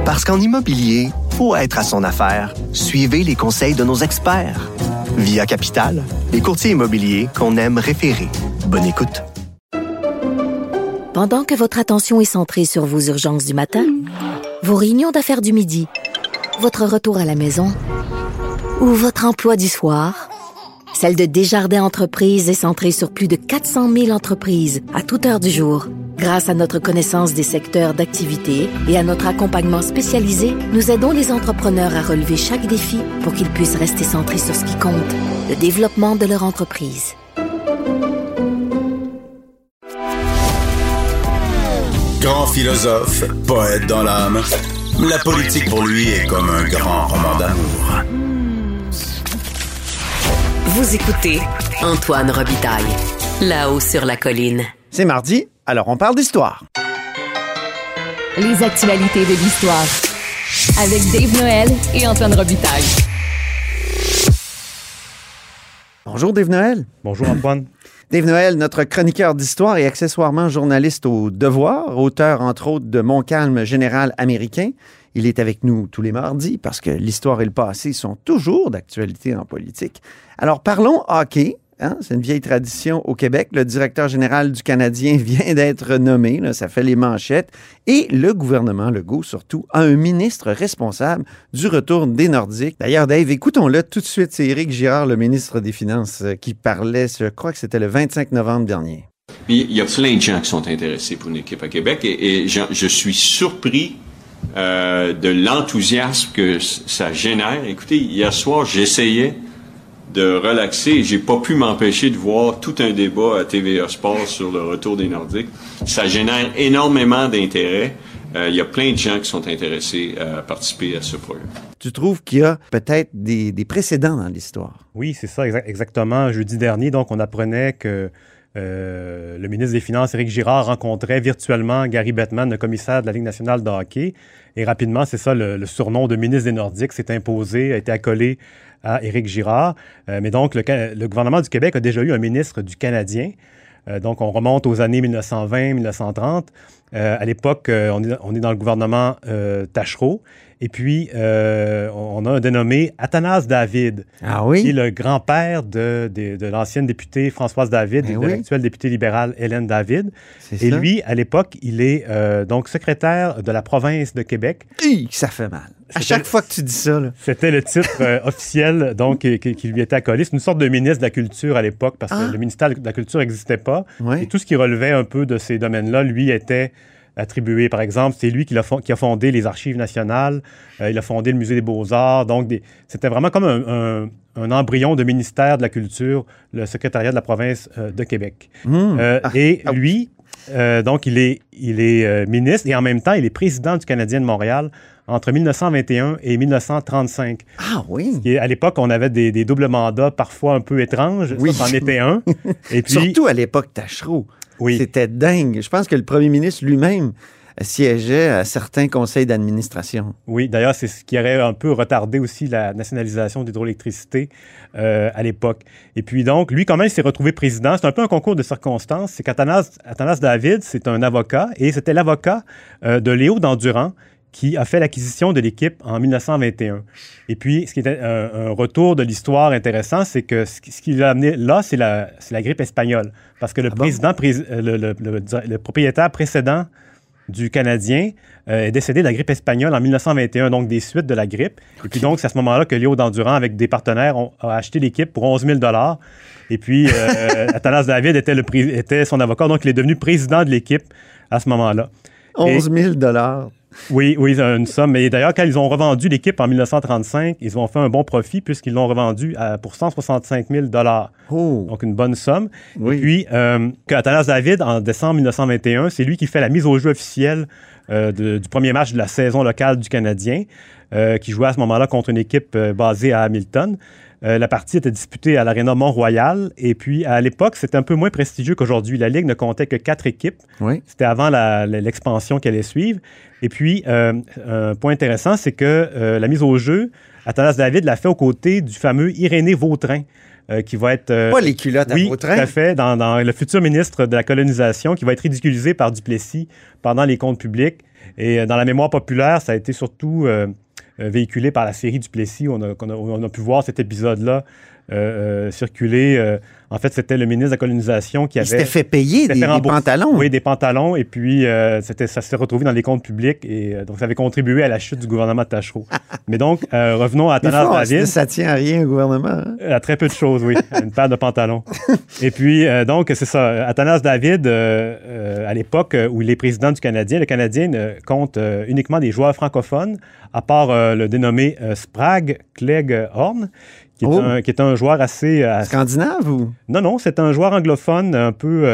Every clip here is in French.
Parce qu'en immobilier, faut être à son affaire. Suivez les conseils de nos experts. Via Capital, les courtiers immobiliers qu'on aime référer. Bonne écoute. Pendant que votre attention est centrée sur vos urgences du matin, vos réunions d'affaires du midi, votre retour à la maison ou votre emploi du soir, celle de Desjardins Entreprises est centrée sur plus de 400 000 entreprises à toute heure du jour. Grâce à notre connaissance des secteurs d'activité et à notre accompagnement spécialisé, nous aidons les entrepreneurs à relever chaque défi pour qu'ils puissent rester centrés sur ce qui compte, le développement de leur entreprise. Grand philosophe, poète dans l'âme, la politique pour lui est comme un grand roman d'amour. Vous écoutez Antoine Robitaille, là-haut sur la colline. C'est mardi, alors on parle d'histoire. Les actualités de l'histoire. Avec Dave Noël et Antoine Robitaille. Bonjour Dave Noël. Bonjour Antoine. Dave Noël, notre chroniqueur d'histoire et accessoirement journaliste au Devoir, auteur entre autres de Montcalm général américain. Il est avec nous tous les mardis parce que l'histoire et le passé sont toujours d'actualité en politique. Alors parlons hockey. C'est une vieille tradition au Québec. Le directeur général du Canadien vient d'être nommé. Là, ça fait les manchettes. Et le gouvernement Legault, surtout, a un ministre responsable du retour des Nordiques. D'ailleurs, Dave, écoutons-le tout de suite. C'est Éric Girard, le ministre des Finances, qui parlait, je crois que c'était le 25 novembre dernier. Il y a plein de gens qui sont intéressés pour une équipe à Québec et je suis surpris de l'enthousiasme que ça génère. Écoutez, hier soir, j'essayais de relaxer et j'ai pas pu m'empêcher de voir tout un débat à TVA Sport sur le retour des Nordiques. Ça génère énormément d'intérêt. Il y a plein de gens qui sont intéressés à participer à ce projet. Tu trouves qu'il y a peut-être des précédents dans l'histoire? Oui, c'est ça, exactement. Jeudi dernier, donc, on apprenait que le ministre des Finances, Éric Girard, rencontrait virtuellement Gary Bettman, le commissaire de la Ligue nationale de hockey. Et rapidement, c'est ça, le surnom de ministre des Nordiques s'est imposé, a été accolé à Éric Girard. Mais donc, le gouvernement du Québec a déjà eu un ministre du Canadien. Donc, on remonte aux années 1920-1930. À l'époque, on est dans le gouvernement Tachereau. Et puis, on a un dénommé Athanase David, qui est le grand-père de l'ancienne députée Françoise David et de l'actuelle députée libérale Hélène David. Et ça. Lui, à l'époque, il est donc secrétaire de la province de Québec. Ça fait mal. À chaque fois que tu dis ça. Là. C'était le titre officiel donc, qui lui était accolé. C'est une sorte de ministre de la Culture à l'époque parce que le ministère de la Culture n'existait pas. Oui. Et tout ce qui relevait un peu de ces domaines-là, lui, était attribué. Par exemple, c'est lui qui a fondé les Archives nationales, il a fondé le Musée des Beaux-Arts. Donc, c'était vraiment comme un embryon de ministère de la Culture, le secrétariat de la province de Québec. Lui, donc, il est ministre et en même temps, il est président du Canadien de Montréal entre 1921 et 1935. Ah oui! Et à l'époque, on avait des doubles mandats parfois un peu étranges. Oui. Ça, c'en était un. Et puis, surtout à l'époque Tachereau. Oui. C'était dingue. Je pense que le premier ministre lui-même siégeait à certains conseils d'administration. Oui, d'ailleurs, c'est ce qui aurait un peu retardé aussi la nationalisation d'hydroélectricité à l'époque. Et puis donc, lui, quand même, il s'est retrouvé président. C'est un peu un concours de circonstances. C'est qu'Athanase David, c'est un avocat, et c'était l'avocat de Léo Dandurand qui a fait l'acquisition de l'équipe en 1921. Et puis, ce qui était un retour de l'histoire intéressant, c'est que ce qui l'a amené là, c'est la grippe espagnole. Parce que le propriétaire précédent du Canadien est décédé de la grippe espagnole en 1921, donc des suites de la grippe. Okay. Et puis donc, c'est à ce moment-là que Léo Dandurand, avec des partenaires, a acheté l'équipe pour 11 000 $. Et puis, Athanase David était son avocat, donc il est devenu président de l'équipe à ce moment-là. 11 000 $. Oui, une somme. Et d'ailleurs, quand ils ont revendu l'équipe en 1935, ils ont fait un bon profit puisqu'ils l'ont revendu pour 165 000 $. Oh. Donc, une bonne somme. Oui. Et puis, Athanase David, en décembre 1921, c'est lui qui fait la mise au jeu officielle du premier match de la saison locale du Canadien, qui jouait à ce moment-là contre une équipe basée à Hamilton. La partie était disputée à l'Aréna Mont-Royal. Et puis, à l'époque, c'était un peu moins prestigieux qu'aujourd'hui. La Ligue ne comptait que 4 équipes. Oui. C'était avant l'expansion qui allait suivre. Et puis, un point intéressant, c'est que la mise au jeu, Athanase David l'a fait aux côtés du fameux Irénée Vautrin. qui va être... Pas les culottes à Vautrin. Oui, tout à fait, dans le futur ministre de la colonisation, qui va être ridiculisé par Duplessis pendant les comptes publics. Et dans la mémoire populaire, ça a été surtout véhiculé par la série Duplessis, où on a pu voir cet épisode-là circuler. En fait, c'était le ministre de la colonisation qui avait... Il s'était fait payer des pantalons. Oui, des pantalons. Et puis, ça s'est retrouvé dans les comptes publics. Et donc, ça avait contribué à la chute du gouvernement de Taschereau. Mais donc, revenons à Athanas David. Ça tient à rien, au gouvernement. Hein? À très peu de choses, oui. Une paire de pantalons. Et puis, donc, c'est ça. Athanas David, à l'époque où il est président du Canadien, le Canadien compte uniquement des joueurs francophones, à part le dénommé Sprague Clegg-Horn, qui est un joueur assez... Scandinave ou? Non, c'est un joueur anglophone un peu,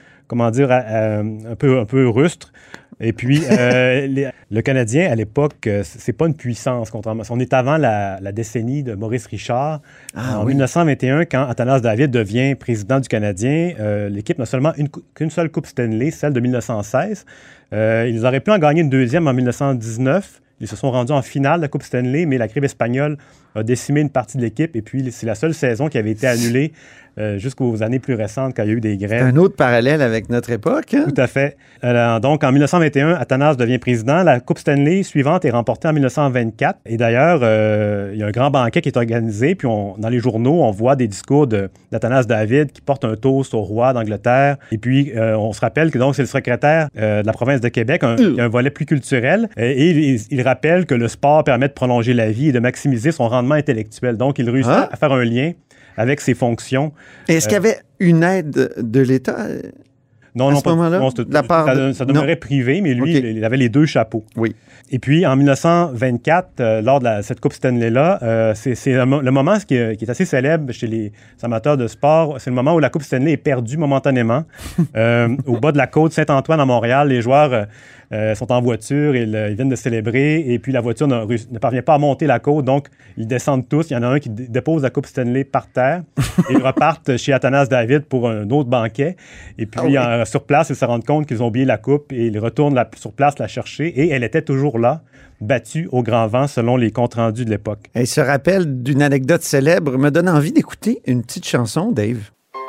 un peu rustre. Et puis, le Canadien, à l'époque, c'est pas une puissance, contrairement. On est avant la décennie de Maurice Richard. En 1921, quand Athanas David devient président du Canadien, l'équipe n'a seulement qu'une seule Coupe Stanley, celle de 1916. Ils auraient pu en gagner une deuxième en 1919. Ils se sont rendus en finale de la Coupe Stanley, mais la grippe espagnole a décimé une partie de l'équipe. Et puis, c'est la seule saison qui avait été annulée jusqu'aux années plus récentes, quand il y a eu des grèves. Un autre parallèle avec notre époque. Hein? Tout à fait. Donc, en 1921, Athanas devient président. La Coupe Stanley suivante est remportée en 1924. Et d'ailleurs, il y a un grand banquet qui est organisé. Puis, dans les journaux, on voit des discours d'Athanas David qui porte un toast au roi d'Angleterre. Et puis, on se rappelle que donc c'est le secrétaire de la province de Québec. Il y a un volet plus culturel. Et il rappelle que le sport permet de prolonger la vie et de maximiser son rendement intellectuel. Donc, il réussit à faire un lien avec ses fonctions. Est-ce qu'il y avait une aide de l'État non, à ce moment-là? Ça demeurait privé, mais lui, il avait les deux chapeaux. Oui. Et puis, en 1924, lors de cette Coupe Stanley-là, c'est le moment qui est assez célèbre chez les amateurs de sport. C'est le moment où la Coupe Stanley est perdue momentanément. Au bas de la côte Saint-Antoine à Montréal, les joueurs sont en voiture, ils viennent de célébrer, et puis la voiture ne parvient pas à monter la côte, donc ils descendent tous. Il y en a un qui dépose la Coupe Stanley par terre, et ils repartent chez Athanas David pour un autre banquet. Et puis, sur place, ils se rendent compte qu'ils ont oublié la coupe, et ils retournent sur place la chercher, et elle était toujours là, battue au grand vent, selon les comptes rendus de l'époque. Elle se rappelle d'une anecdote célèbre, me donne envie d'écouter une petite chanson, Dave.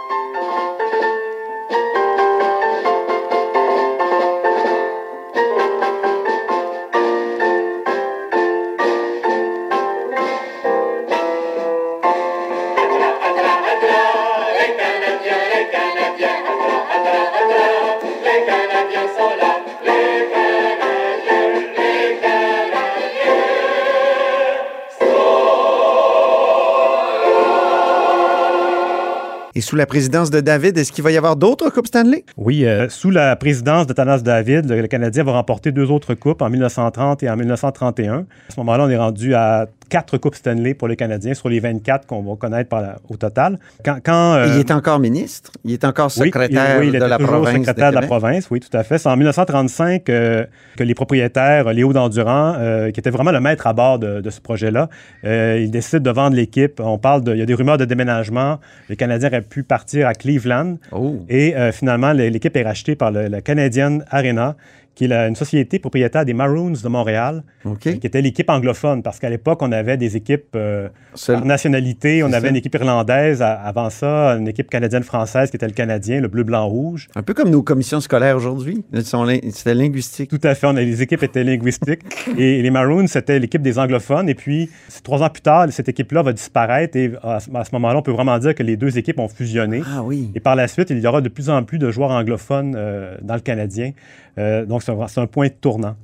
Et sous la présidence de David, est-ce qu'il va y avoir d'autres Coupes Stanley? Oui, sous la présidence d'Athanas David, le Canadien va remporter 2 autres coupes en 1930 et en 1931. À ce moment-là, on est rendu à 4 Coupes Stanley pour les Canadiens sur les 24 qu'on va connaître au total. Il est encore ministre? Il est encore secrétaire de la province? Oui, il était toujours secrétaire de la province, oui, tout à fait. C'est en 1935 que les propriétaires, Léo Dandurand, qui était vraiment le maître à bord de ce projet-là, ils décident de vendre l'équipe. Il y a des rumeurs de déménagement. Les Canadiens auraient pu partir à Cleveland. Et finalement, l'équipe est rachetée par le Canadian Arena, qui est une société propriétaire des Maroons de Montréal, qui était l'équipe anglophone, parce qu'à l'époque, on avait des équipes par nationalité. On avait une équipe irlandaise, avant ça, une équipe canadienne-française qui était le Canadien, le bleu-blanc-rouge. Un peu comme nos commissions scolaires aujourd'hui. C'était linguistique. Tout à fait. Les équipes étaient linguistiques. Et les Maroons, c'était l'équipe des anglophones. Et puis, 3 ans plus tard, cette équipe-là va disparaître. Et à ce moment-là, on peut vraiment dire que les deux équipes ont fusionné. Ah oui. Et par la suite, il y aura de plus en plus de joueurs anglophones dans le Canadien. Donc, c'est un point tournant.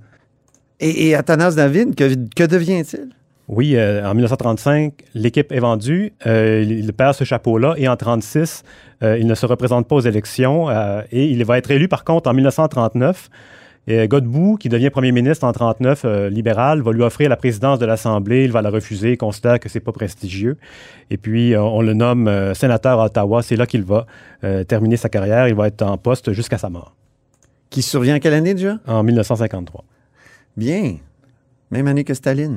Et Athanas David, que devient-il? Oui, en 1935, l'équipe est vendue. Il perd ce chapeau-là. Et en 1936, il ne se représente pas aux élections. Et il va être élu, par contre, en 1939. Et Godbout, qui devient premier ministre en 1939, libéral, va lui offrir la présidence de l'Assemblée. Il va la refuser. Il considère que c'est pas prestigieux. Et puis, on le nomme sénateur à Ottawa. C'est là qu'il va terminer sa carrière. Il va être en poste jusqu'à sa mort. Qui survient en quelle année déjà? En 1953. Bien. Même année que Staline.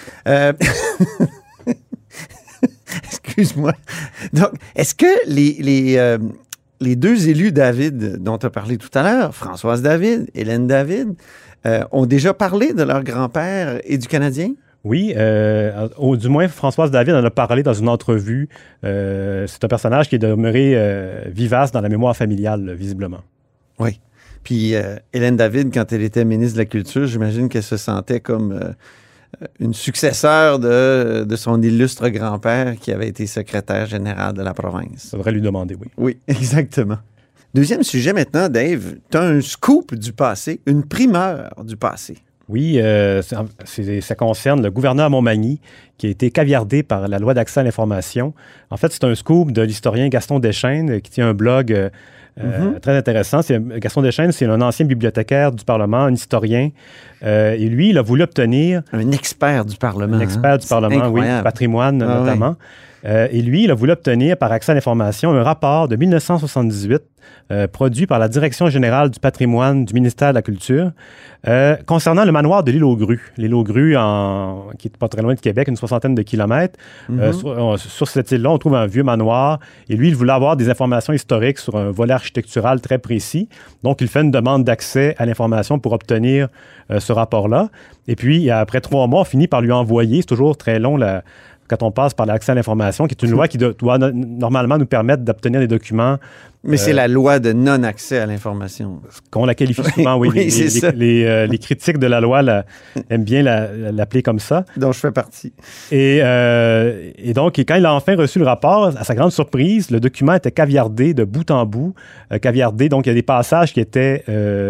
Excuse-moi. Donc, est-ce que les deux élus David dont tu as parlé tout à l'heure, Françoise David, Hélène David, ont déjà parlé de leur grand-père et du Canadien? Oui, du moins, Françoise David en a parlé dans une entrevue. C'est un personnage qui est demeuré vivace dans la mémoire familiale, visiblement. Oui. Puis Hélène David, quand elle était ministre de la Culture, j'imagine qu'elle se sentait comme une successeur de son illustre grand-père qui avait été secrétaire général de la province. Ça devrait lui demander, oui. Oui, exactement. Deuxième sujet maintenant, Dave. Tu as un scoop du passé, une primeur du passé. Oui, ça concerne le gouverneur Montmagny qui a été caviardé par la loi d'accès à l'information. En fait, c'est un scoop de l'historien Gaston Deschênes qui tient un blog très intéressant. Gaston Deschênes, c'est un ancien bibliothécaire du Parlement, un historien. Et lui, il a voulu obtenir... Un expert du Parlement. Un expert du Parlement, oui, du patrimoine notamment. Oui. Et lui, il a voulu obtenir par accès à l'information un rapport de 1978 produit par la Direction générale du patrimoine du ministère de la Culture concernant le manoir de l'île aux Grues. L'île aux Grues, qui est pas très loin de Québec, une 60aine de kilomètres. Sur cette île-là, on trouve un vieux manoir. Et lui, il voulait avoir des informations historiques sur un volet architectural très précis. Donc, il fait une demande d'accès à l'information pour obtenir ce rapport-là. Et puis, après 3 mois, on finit par lui envoyer. C'est toujours très long, quand on passe par l'accès à l'information, qui est une loi qui doit normalement nous permettre d'obtenir des documents. Mais c'est la loi de non-accès à l'information. Qu'on la qualifie souvent, oui. Oui, les critiques de la loi aiment bien l'appeler comme ça. Dont je fais partie. Et donc, quand il a enfin reçu le rapport, à sa grande surprise, le document était caviardé de bout en bout. Caviardé, donc il y a des passages qui étaient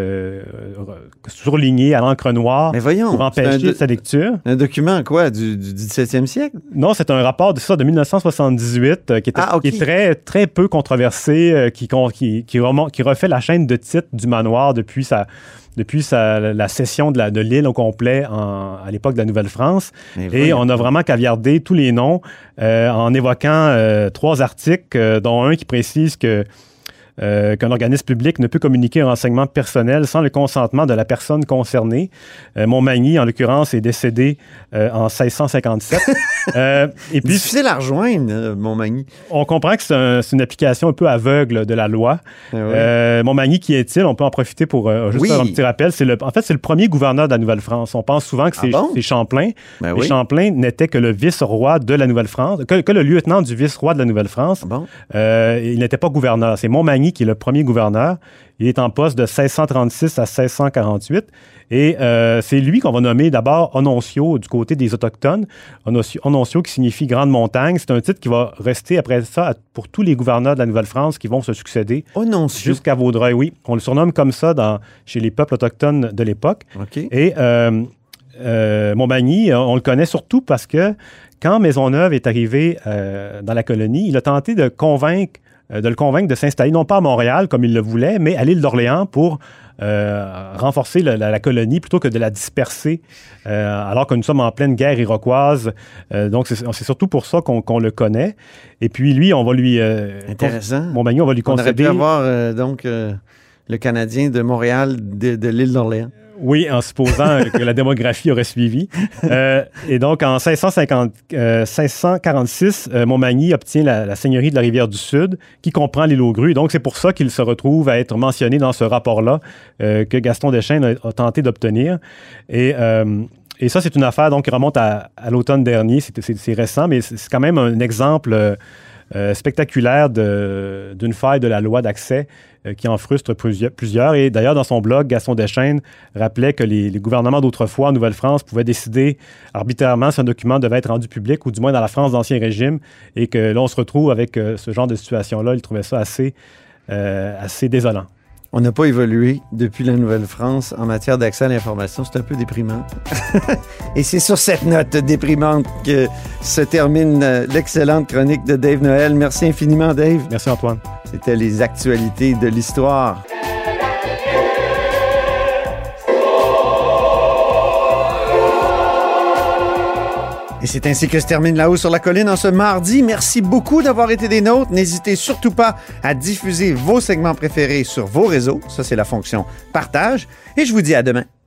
surlignés à l'encre noire pour empêcher sa lecture. Un document, quoi, du 17e siècle? Non, c'est un rapport de 1978 qui est très, très peu controversé, qui refait la chaîne de titres du manoir depuis la cession de l'île au complet à l'époque de la Nouvelle-France. Et on a vraiment caviardé tous les noms en évoquant 3 articles, dont un qui précise qu'un organisme public ne peut communiquer un renseignement personnel sans le consentement de la personne concernée. Montmagny, en l'occurrence, est décédé en 1657. Et puis, difficile à rejoindre, Montmagny. On comprend que c'est une application un peu aveugle de la loi. Montmagny, qui est-il? On peut en profiter pour juste faire un petit rappel. En fait, c'est le premier gouverneur de la Nouvelle-France. On pense souvent que c'est Champlain. Mais Champlain n'était que le vice-roi de la Nouvelle-France, que le lieutenant du vice-roi de la Nouvelle-France. Il n'était pas gouverneur. C'est Montmagny qui est le premier gouverneur. Il est en poste de 1636 à 1648. Et c'est lui qu'on va nommer d'abord Ononcio du côté des Autochtones. Ononcio qui signifie Grande Montagne. C'est un titre qui va rester après ça pour tous les gouverneurs de la Nouvelle-France qui vont se succéder. Ononcio. Jusqu'à Vaudreuil, oui. On le surnomme comme ça chez les peuples autochtones de l'époque. Okay. Et Montmagny, on le connaît surtout parce que quand Maisonneuve est arrivé dans la colonie, il a tenté de le convaincre de s'installer, non pas à Montréal comme il le voulait, mais à l'île d'Orléans pour renforcer la colonie plutôt que de la disperser alors que nous sommes en pleine guerre iroquoise. Donc, c'est surtout pour ça qu'on le connaît. Et puis, lui, on va lui... Intéressant. Montmagny, on va lui concéder... On aurait pu avoir, le Canadien de Montréal de l'île d'Orléans. Oui, en supposant que la démographie aurait suivi. Et donc, en 1646, Montmagny obtient la seigneurie de la Rivière-du-Sud, qui comprend l'île aux Grues. Donc, c'est pour ça qu'il se retrouve à être mentionné dans ce rapport-là que Gaston Deschênes a tenté d'obtenir. Et ça, c'est une affaire qui remonte à l'automne dernier. C'est récent, mais c'est quand même un exemple spectaculaire d'une faille de la loi d'accès qui en frustre plusieurs. Et d'ailleurs, dans son blog, Gaston Deschênes rappelait que les gouvernements d'autrefois en Nouvelle-France pouvaient décider arbitrairement si un document devait être rendu public, ou du moins dans la France d'Ancien Régime, et que là, on se retrouve avec ce genre de situation-là. Il trouvait ça assez désolant. On n'a pas évolué depuis la Nouvelle-France en matière d'accès à l'information. C'est un peu déprimant. Et c'est sur cette note déprimante que se termine l'excellente chronique de Dave Noël. Merci infiniment, Dave. Merci, Antoine. C'était les actualités de l'histoire. Et c'est ainsi que se termine La Haut sur la colline en ce mardi. Merci beaucoup d'avoir été des nôtres. N'hésitez surtout pas à diffuser vos segments préférés sur vos réseaux. Ça, c'est la fonction partage. Et je vous dis à demain.